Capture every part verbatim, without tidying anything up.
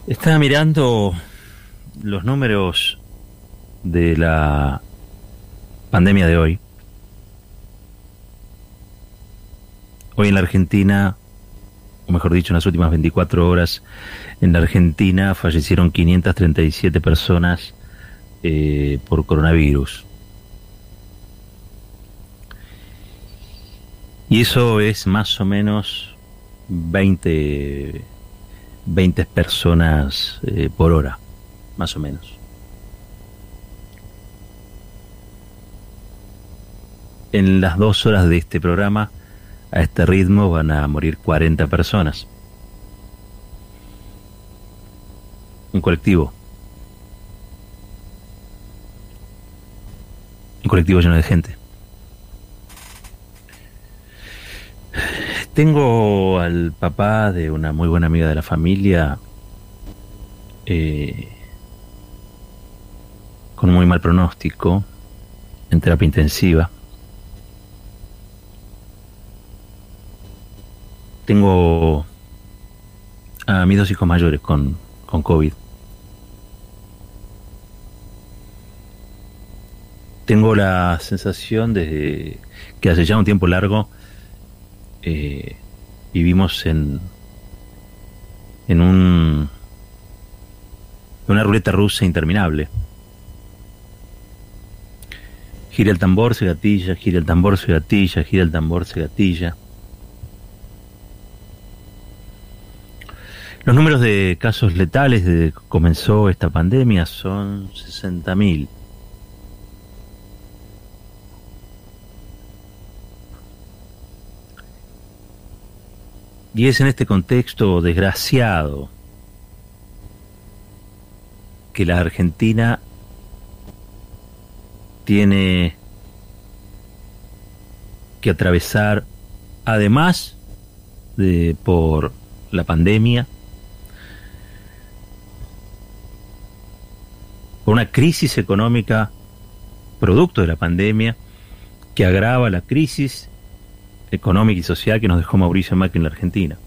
Estaba mirando los números de la pandemia de hoy. Hoy en la Argentina, o mejor dicho, en las últimas veinticuatro horas, en la Argentina fallecieron quinientas treinta y siete personas eh, por coronavirus. Y eso es más o menos veinte, veinte personas eh, por hora, más o menos. En las dos horas de este programa, a este ritmo, van a morir cuarenta personas. Un colectivo. Un colectivo lleno de gente. Tengo al papá de una muy buena amiga de la familia eh, con muy mal pronóstico, en terapia intensiva. Tengo a mis dos hijos mayores con, con COVID. Tengo la sensación de que hace ya un tiempo largo eh, vivimos en en un en una ruleta rusa interminable. Gira el tambor, se gatilla, gira el tambor, se gatilla, gira el tambor, se gatilla. Los números de casos letales desde que comenzó esta pandemia son sesenta mil. Y es en este contexto desgraciado que la Argentina tiene que atravesar, además de por la pandemia, por una crisis económica producto de la pandemia que agrava la crisis económica y social que nos dejó Mauricio Macri en la Argentina.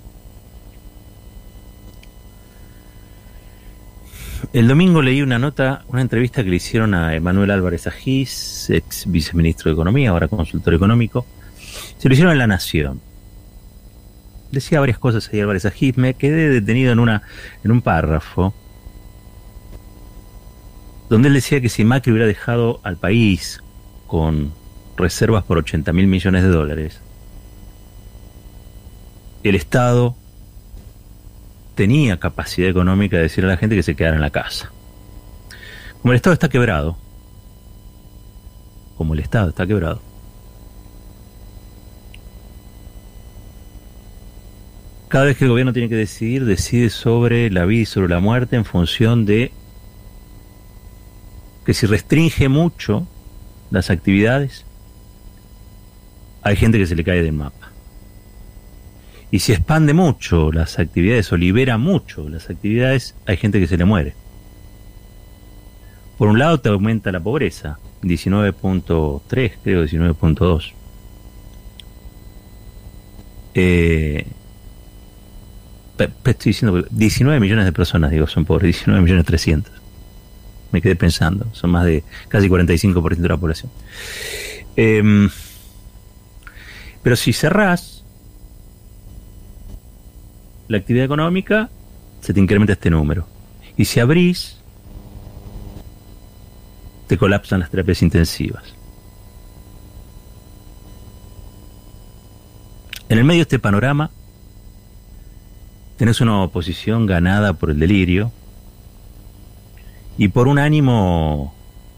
El domingo leí una nota, una entrevista que le hicieron a Emanuel Álvarez Agis, ex viceministro de Economía, ahora consultor económico. Se lo hicieron en La Nación. Decía varias cosas ahí Álvarez Agis. Me quedé detenido en una en un párrafo donde él decía que si Macri hubiera dejado al país con reservas por ochenta mil millones de dólares, el Estado tenía capacidad económica de decirle a la gente que se quedara en la casa. Como el Estado está quebrado, como el Estado está quebrado, cada vez que el gobierno tiene que decidir, decide sobre la vida y sobre la muerte en función de que si restringe mucho las actividades, hay gente que se le cae del mapa. Y si expande mucho las actividades o libera mucho las actividades, hay gente que se le muere. Por un lado te aumenta la pobreza, diecinueve punto tres, creo, diecinueve punto dos. Eh, estoy diciendo, diecinueve millones de personas, digo, son pobres, diecinueve millones trescientos. Me quedé pensando, son más de casi cuarenta y cinco por ciento de la población. Eh, pero si cerrás la actividad económica, se te incrementa este número. Y si abrís, te colapsan las terapias intensivas. En el medio de este panorama, tenés una oposición ganada por el delirio y por un ánimo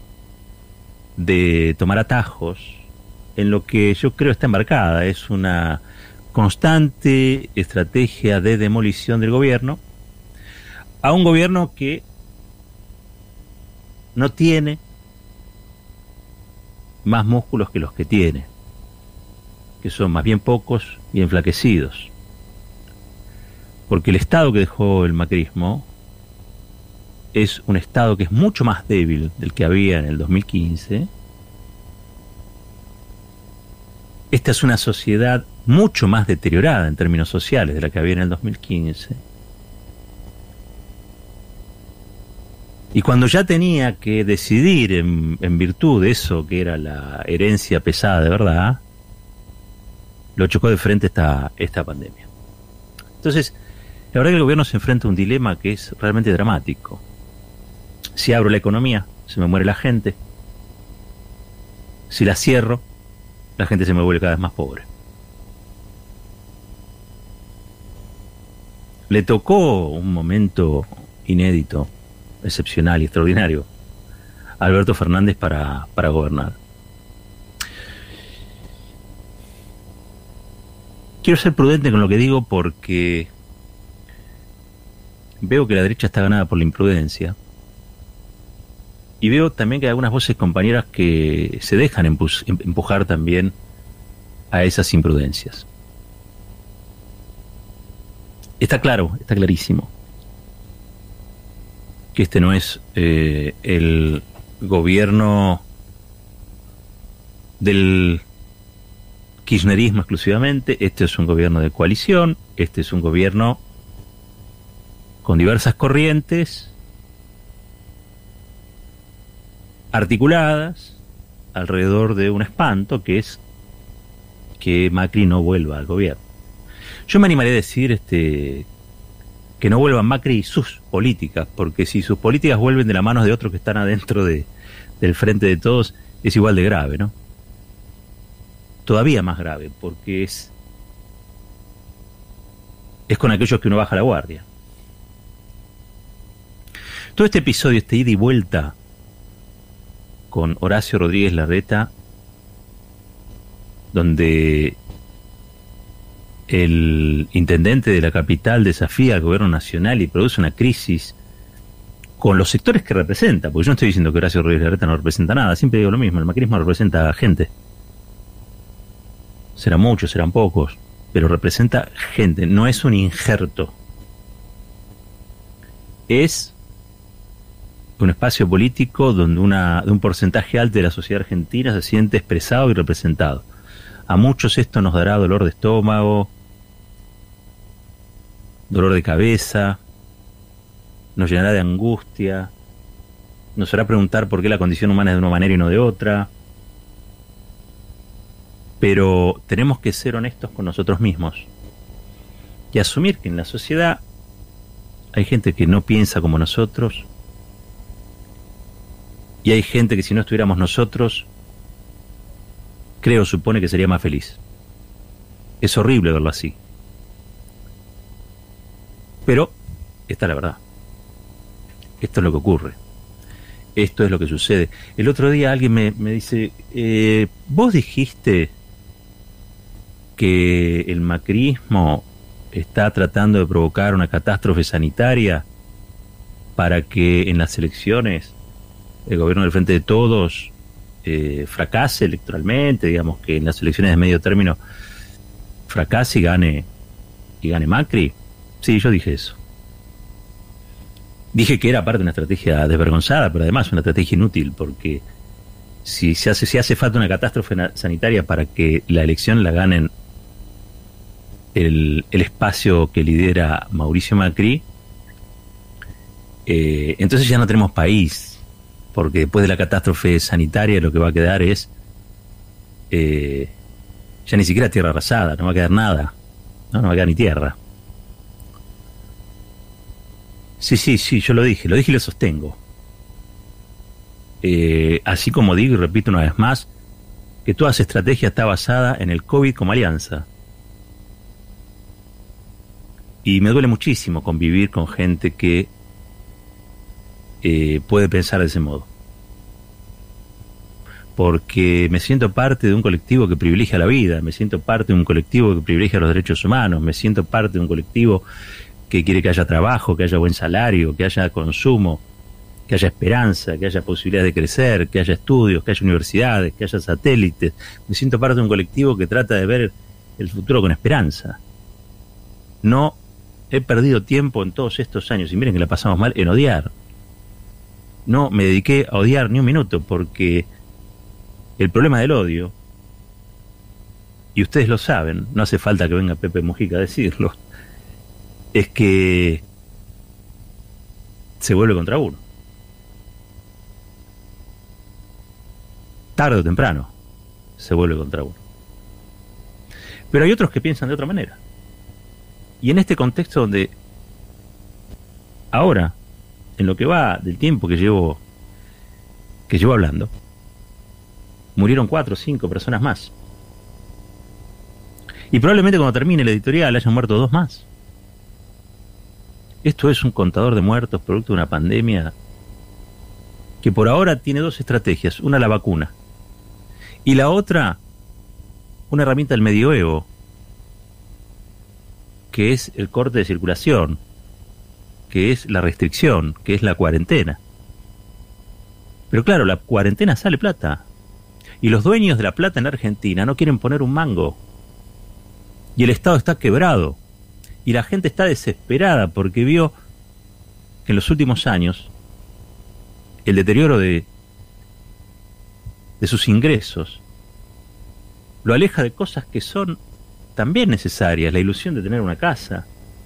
de tomar atajos en lo que yo creo está embarcada. Es una constante estrategia de demolición del gobierno, a un gobierno que no tiene más músculos que los que tiene, que son más bien pocos y enflaquecidos, porque el Estado que dejó el macrismo es un Estado que es mucho más débil del que había en el dos mil quince. Esta es una sociedad mucho más deteriorada en términos sociales de la que había en el dos mil quince. Y cuando ya tenía que decidir en, en virtud de eso que era la herencia pesada de verdad, lo chocó de frente esta, esta pandemia. Entonces, la verdad que el gobierno se enfrenta a un dilema que es realmente dramático. Si abro la economía, se me muere la gente. Si la cierro, la gente se me vuelve cada vez más pobre. Le tocó un momento inédito, excepcional y extraordinario a Alberto Fernández para, para gobernar. Quiero ser prudente con lo que digo porque veo que la derecha está ganada por la imprudencia y veo también que hay algunas voces compañeras que se dejan empu- empujar también a esas imprudencias. Está claro, está clarísimo que este no es eh, el gobierno del kirchnerismo exclusivamente, este es un gobierno de coalición, este es un gobierno con diversas corrientes articuladas alrededor de un espanto que es que Macri no vuelva al gobierno. Yo me animaría a decir este que no vuelvan Macri y sus políticas, porque si sus políticas vuelven de las manos de otros que están adentro de, del frente de todos, es igual de grave, ¿no? Todavía más grave, porque es es con aquellos que uno baja la guardia. Todo este episodio, este ida y vuelta con Horacio Rodríguez Larreta, donde el intendente de la capital desafía al gobierno nacional y produce una crisis con los sectores que representa, porque yo no estoy diciendo que Horacio Rodríguez Larreta no representa nada, siempre digo lo mismo, el macrismo representa a gente. Serán muchos, serán pocos, pero representa gente, no es un injerto. Es un espacio político donde una, de un porcentaje alto de la sociedad argentina se siente expresado y representado. A muchos esto nos dará dolor de estómago, dolor de cabeza, nos llenará de angustia, nos hará preguntar por qué la condición humana es de una manera y no de otra. Pero tenemos que ser honestos con nosotros mismos y asumir que en la sociedad hay gente que no piensa como nosotros y hay gente que si no estuviéramos nosotros, creo, supone que sería más feliz. Es horrible verlo así. Pero esta es la verdad. Esto es lo que ocurre. Esto es lo que sucede. El otro día alguien me, me dice, eh, vos dijiste que el macrismo está tratando de provocar una catástrofe sanitaria para que en las elecciones el gobierno del Frente de Todos eh, fracase electoralmente, digamos que en las elecciones de medio término fracase y gane y gane Macri. Sí, yo dije eso. Dije que era parte de una estrategia desvergonzada, pero además una estrategia inútil, porque si se hace, si hace falta una catástrofe sanitaria para que la elección la ganen el, el espacio que lidera Mauricio Macri, eh, entonces ya no tenemos país, porque después de la catástrofe sanitaria lo que va a quedar es eh, ya ni siquiera tierra arrasada, no va a quedar nada, no, no va a quedar ni tierra. Sí, sí, sí, yo lo dije, lo dije y lo sostengo. Eh, así como digo y repito una vez más, que toda esa estrategia está basada en el COVID como alianza. Y me duele muchísimo convivir con gente que eh, puede pensar de ese modo. Porque me siento parte de un colectivo que privilegia la vida, me siento parte de un colectivo que privilegia los derechos humanos, me siento parte de un colectivo que quiere que haya trabajo, que haya buen salario, que haya consumo, que haya esperanza, que haya posibilidades de crecer, que haya estudios, que haya universidades, que haya satélites. Me siento parte de un colectivo que trata de ver el futuro con esperanza. No he perdido tiempo en todos estos años, y miren que la pasamos mal, en odiar. No me dediqué a odiar ni un minuto, porque el problema del odio, y ustedes lo saben, no hace falta que venga Pepe Mujica a decirlo, es que se vuelve contra uno. tarde o temprano se vuelve contra uno. Pero hay otros que piensan de otra manera. Y en este contexto donde ahora, en lo que va del tiempo que llevo que llevo hablando, murieron cuatro o cinco personas más. Y probablemente cuando termine la editorial hayan muerto dos más. Esto es un contador de muertos producto de una pandemia que por ahora tiene dos estrategias. Una, la vacuna. Y la otra, una herramienta del medioevo, que es el corte de circulación, que es la restricción, que es la cuarentena. Pero claro, la cuarentena sale plata. Y los dueños de la plata en Argentina no quieren poner un mango. Y el Estado está quebrado. Y la gente está desesperada porque vio que en los últimos años el deterioro de, de sus ingresos lo aleja de cosas que son también necesarias. La ilusión de tener una casa,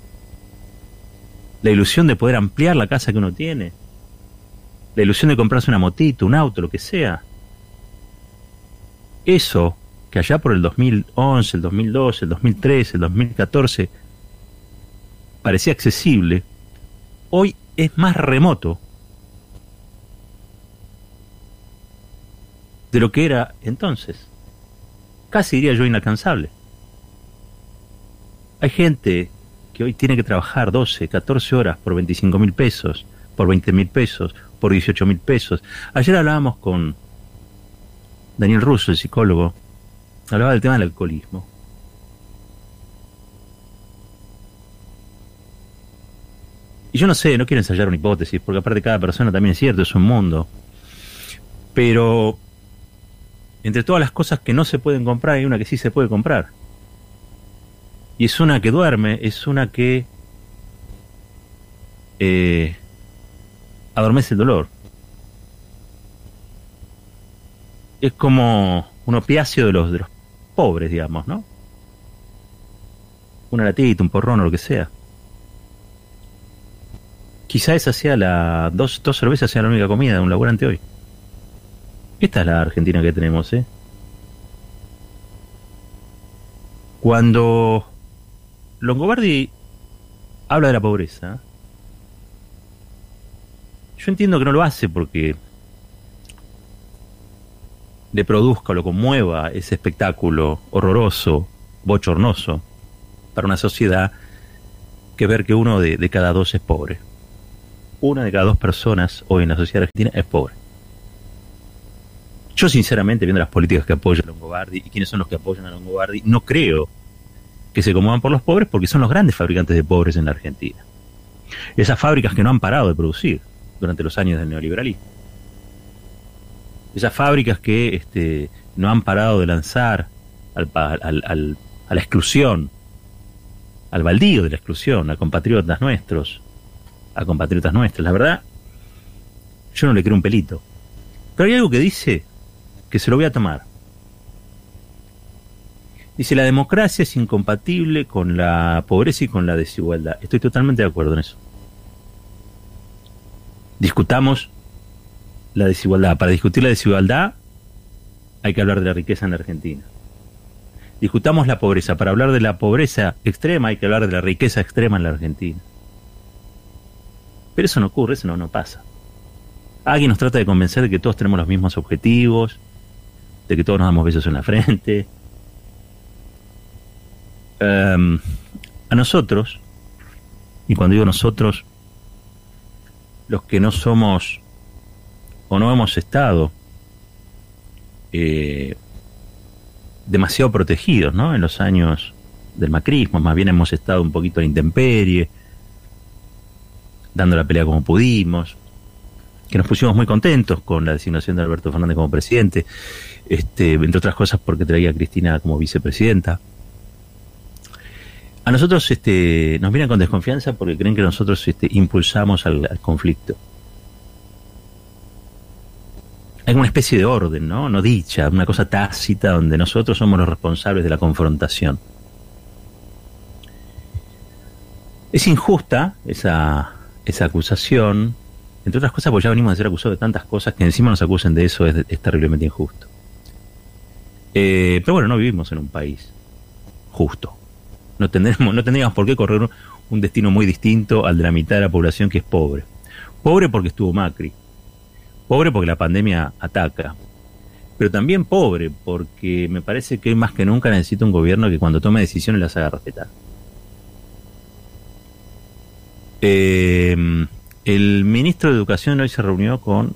la ilusión de poder ampliar la casa que uno tiene, la ilusión de comprarse una motito, un auto, lo que sea. Eso que allá por el dos mil once, el dos mil doce, el dos mil trece, el dos mil catorce parecía accesible, hoy es más remoto de lo que era entonces. Casi diría yo inalcanzable. Hay gente que hoy tiene que trabajar doce, catorce horas por veinticinco mil pesos, por veinte mil pesos, por dieciocho mil pesos. Ayer hablábamos con Daniel Russo, el psicólogo, hablaba del tema del alcoholismo. Y yo no sé, no quiero ensayar una hipótesis, porque aparte cada persona también es cierto, es un mundo. Pero entre todas las cosas que no se pueden comprar, hay una que sí se puede comprar. Y es una que duerme, es una que eh, adormece el dolor. Es como un opiáceo de los, de los pobres, digamos, ¿no? Una latita, un porrón o lo que sea. Quizá esa sea la... Dos, dos cervezas sea la única comida de un laburante hoy. Esta es la Argentina que tenemos, ¿eh? Cuando Longobardi habla de la pobreza, yo entiendo que no lo hace porque le produzca o lo conmueva ese espectáculo horroroso, bochornoso, para una sociedad que ver que uno de, de cada dos es pobre. Una de cada dos personas hoy en la sociedad argentina es pobre. Yo sinceramente, viendo las políticas que apoya Longobardi y quiénes son los que apoyan a Longobardi, no creo que se conmuevan por los pobres porque son los grandes fabricantes de pobres en la Argentina. Esas fábricas que no han parado de producir durante los años del neoliberalismo. Esas fábricas que este, no han parado de lanzar al, al, al, a la exclusión, al baldío de la exclusión, a compatriotas nuestros, a compatriotas nuestras. La verdad, yo no le creo un pelito. Pero hay algo que dice que se lo voy a tomar. Dice, la democracia es incompatible con la pobreza y con la desigualdad. Estoy totalmente de acuerdo en eso. Discutamos la desigualdad. Para discutir la desigualdad hay que hablar de la riqueza en la Argentina. Discutamos la pobreza. Para hablar de la pobreza extrema hay que hablar de la riqueza extrema en la Argentina. Pero eso no ocurre, eso no, no pasa. Alguien nos trata de convencer de que todos tenemos los mismos objetivos, de que todos nos damos besos en la frente. Um, a nosotros, y cuando digo nosotros, los que no somos o no hemos estado eh, demasiado protegidos, ¿no? En los años del macrismo, más bien hemos estado un poquito a la intemperie, dando la pelea como pudimos, que nos pusimos muy contentos con la designación de Alberto Fernández como presidente, este, entre otras cosas porque traía a Cristina como vicepresidenta. A nosotros este, nos miran con desconfianza porque creen que nosotros este, impulsamos al, al conflicto. Hay una especie de orden, ¿no? No dicha, una cosa tácita donde nosotros somos los responsables de la confrontación. Es injusta esa, esa acusación, entre otras cosas porque ya venimos de ser acusados de tantas cosas que encima nos acusen de eso es, es terriblemente injusto. Eh, pero bueno, no vivimos en un país justo. No tendremos, no tendríamos por qué correr un destino muy distinto al de la mitad de la población que es pobre. Pobre porque estuvo Macri. Pobre porque la pandemia ataca. Pero también pobre porque me parece que hoy más que nunca necesita un gobierno que cuando tome decisiones las haga respetar. Eh, el ministro de Educación hoy se reunió con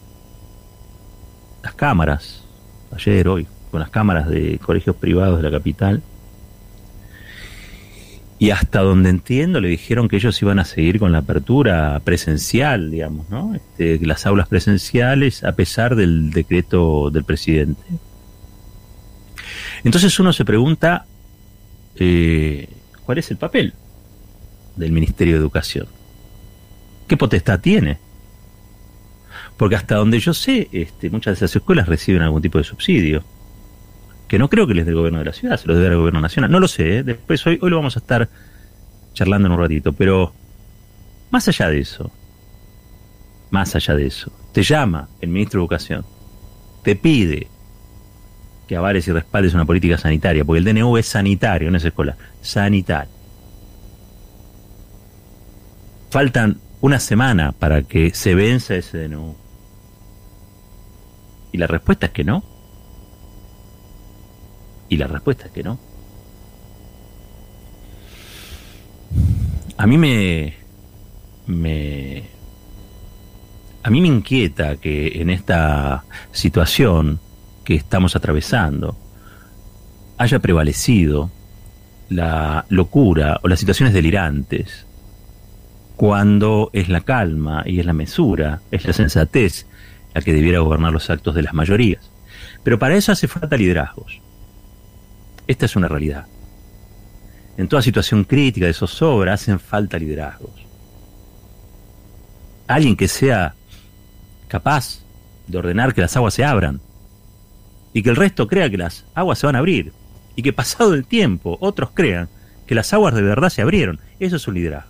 las cámaras, ayer, hoy, con las cámaras de colegios privados de la capital. Y hasta donde entiendo le dijeron que ellos iban a seguir con la apertura presencial, digamos, ¿no? Este, las aulas presenciales a pesar del decreto del presidente. Entonces uno se pregunta eh, ¿cuál es el papel del Ministerio de Educación? ¿Qué potestad tiene? Porque hasta donde yo sé, este, muchas de esas escuelas reciben algún tipo de subsidio, que no creo que les dé el gobierno de la ciudad, se los debe al gobierno nacional. No lo sé, ¿eh? Después hoy, hoy lo vamos a estar charlando en un ratito, pero más allá de eso, más allá de eso, te llama el ministro de Educación, te pide que avales y respaldes una política sanitaria, porque el D N U es sanitario, no es escolar, sanitario. Faltan una semana para que se venza ese D N U. Y la respuesta es que no. Y la respuesta es que no. A mí me, me... A mí me inquieta que en esta situación que estamos atravesando haya prevalecido la locura o las situaciones delirantes, cuando es la calma y es la mesura, es la sensatez la que debiera gobernar los actos de las mayorías. Pero para eso hace falta liderazgos. Esta es una realidad. En toda situación crítica de zozobra hacen falta liderazgos. Alguien que sea capaz de ordenar que las aguas se abran y que el resto crea que las aguas se van a abrir y que pasado el tiempo otros crean que las aguas de verdad se abrieron. Eso es un liderazgo.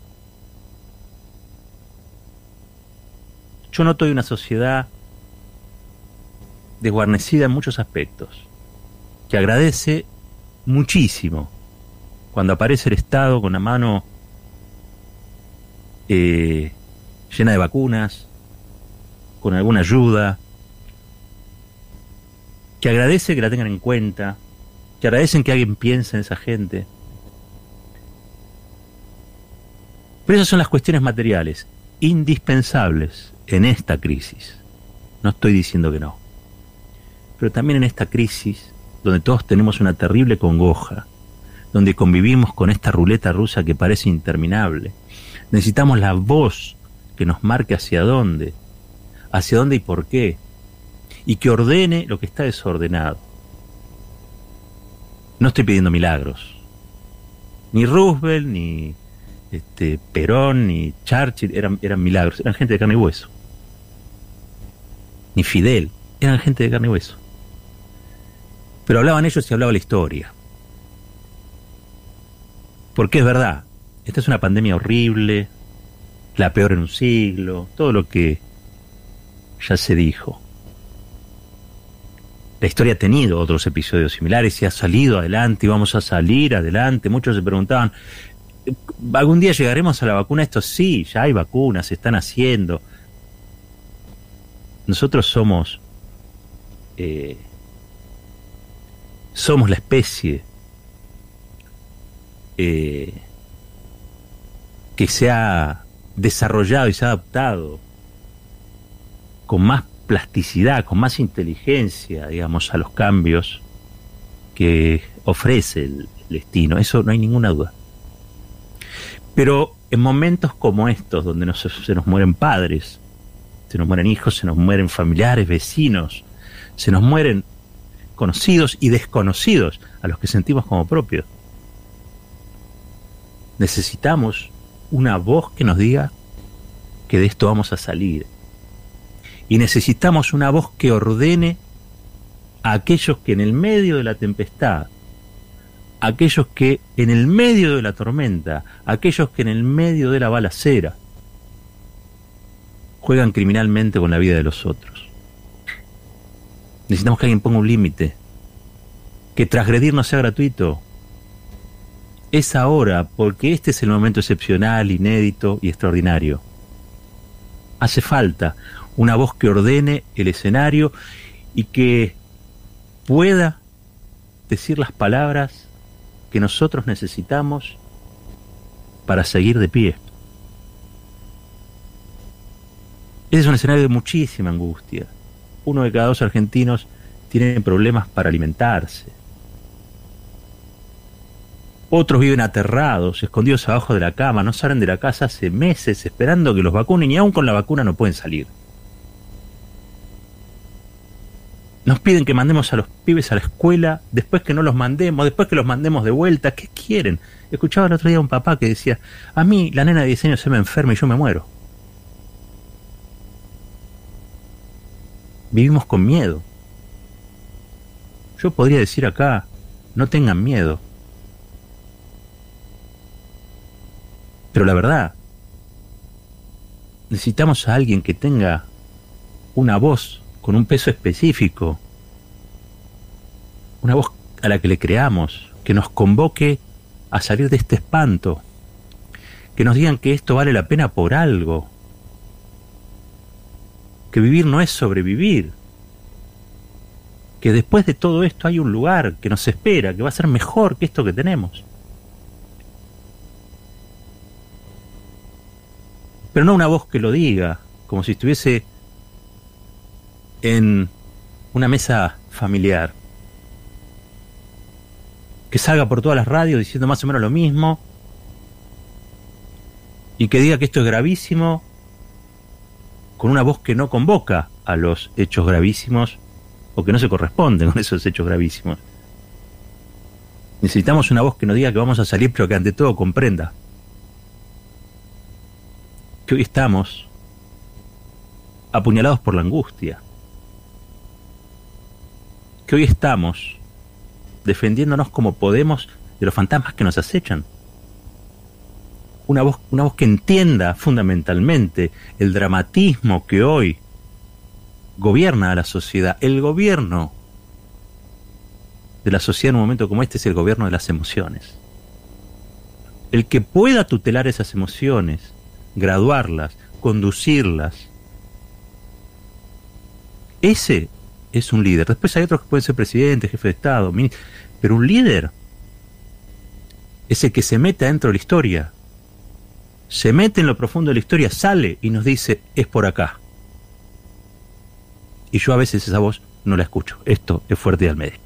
Yo noto una sociedad desguarnecida en muchos aspectos, que agradece muchísimo cuando aparece el Estado con la mano eh, llena de vacunas, con alguna ayuda, que agradece que la tengan en cuenta, que agradecen que alguien piense en esa gente. Pero esas son las cuestiones materiales, indispensables en esta crisis. No estoy diciendo que no. Pero también en esta crisis, donde todos tenemos una terrible congoja, donde convivimos con esta ruleta rusa que parece interminable, necesitamos la voz que nos marque hacia dónde, hacia dónde y por qué, y que ordene lo que está desordenado. No estoy pidiendo milagros. Ni Roosevelt, ni este, Perón, ni Churchill eran, eran milagros, eran gente de carne y hueso. Ni Fidel, eran gente de carne y hueso. Pero hablaban ellos y hablaba la historia. Porque es verdad, esta es una pandemia horrible, la peor en un siglo, todo lo que ya se dijo. La historia ha tenido otros episodios similares y ha salido adelante y vamos a salir adelante. Muchos se preguntaban, ¿algún día llegaremos a la vacuna? Esto sí, ya hay vacunas, se están haciendo. Nosotros somos eh, somos la especie eh, que se ha desarrollado y se ha adaptado con más plasticidad, con más inteligencia, digamos, a los cambios que ofrece el destino. Eso no hay ninguna duda. Pero en momentos como estos, donde nos, se nos mueren padres, se nos mueren hijos, se nos mueren familiares, vecinos, se nos mueren conocidos y desconocidos a los que sentimos como propios, necesitamos una voz que nos diga que de esto vamos a salir. Y necesitamos una voz que ordene a aquellos que en el medio de la tempestad, a aquellos que en el medio de la tormenta, a aquellos que en el medio de la balacera juegan criminalmente con la vida de los otros. Necesitamos que alguien ponga un límite. que transgredir no sea gratuito. Es ahora, porque este es el momento excepcional, inédito y extraordinario. Hace falta una voz que ordene el escenario y que pueda decir las palabras que nosotros necesitamos para seguir de pie. Ese es un escenario de muchísima angustia. Uno de cada dos argentinos tiene problemas para alimentarse. Otros viven aterrados, escondidos abajo de la cama, no salen de la casa hace meses esperando que los vacunen y aún con la vacuna no pueden salir. Nos piden que mandemos a los pibes a la escuela, después que no los mandemos, después que los mandemos de vuelta. ¿Qué quieren? Escuchaba el otro día a un papá que decía, a mí la nena de diez años se me enferma y yo me muero. Vivimos con miedo. Yo podría decir acá, no tengan miedo. Pero la verdad, necesitamos a alguien que tenga una voz con un peso específico, una voz a la que le creamos, que nos convoque a salir de este espanto, que nos digan que esto vale la pena por algo, que vivir no es sobrevivir, que después de todo esto hay un lugar que nos espera, que va a ser mejor que esto que tenemos. Pero no una voz que lo diga, como si estuviese en una mesa familiar, que salga por todas las radios diciendo más o menos lo mismo y que diga que esto es gravísimo con una voz que no convoca a los hechos gravísimos o que no se corresponde con esos hechos gravísimos. Necesitamos una voz que nos diga que vamos a salir, pero que ante todo comprenda que hoy estamos apuñalados por la angustia, que hoy estamos defendiéndonos como podemos de los fantasmas que nos acechan. Una voz, una voz que entienda fundamentalmente el dramatismo que hoy gobierna a la sociedad. El gobierno de la sociedad en un momento como este es el gobierno de las emociones. El que pueda tutelar esas emociones, graduarlas, conducirlas, ese es un líder. Después hay otros que pueden ser presidentes, jefe de Estado, ministro, pero un líder es el que se mete adentro de la historia, se mete en lo profundo de la historia, sale y nos dice, es por acá. Y yo a veces esa voz no la escucho. Esto es Fuerte y al Medio.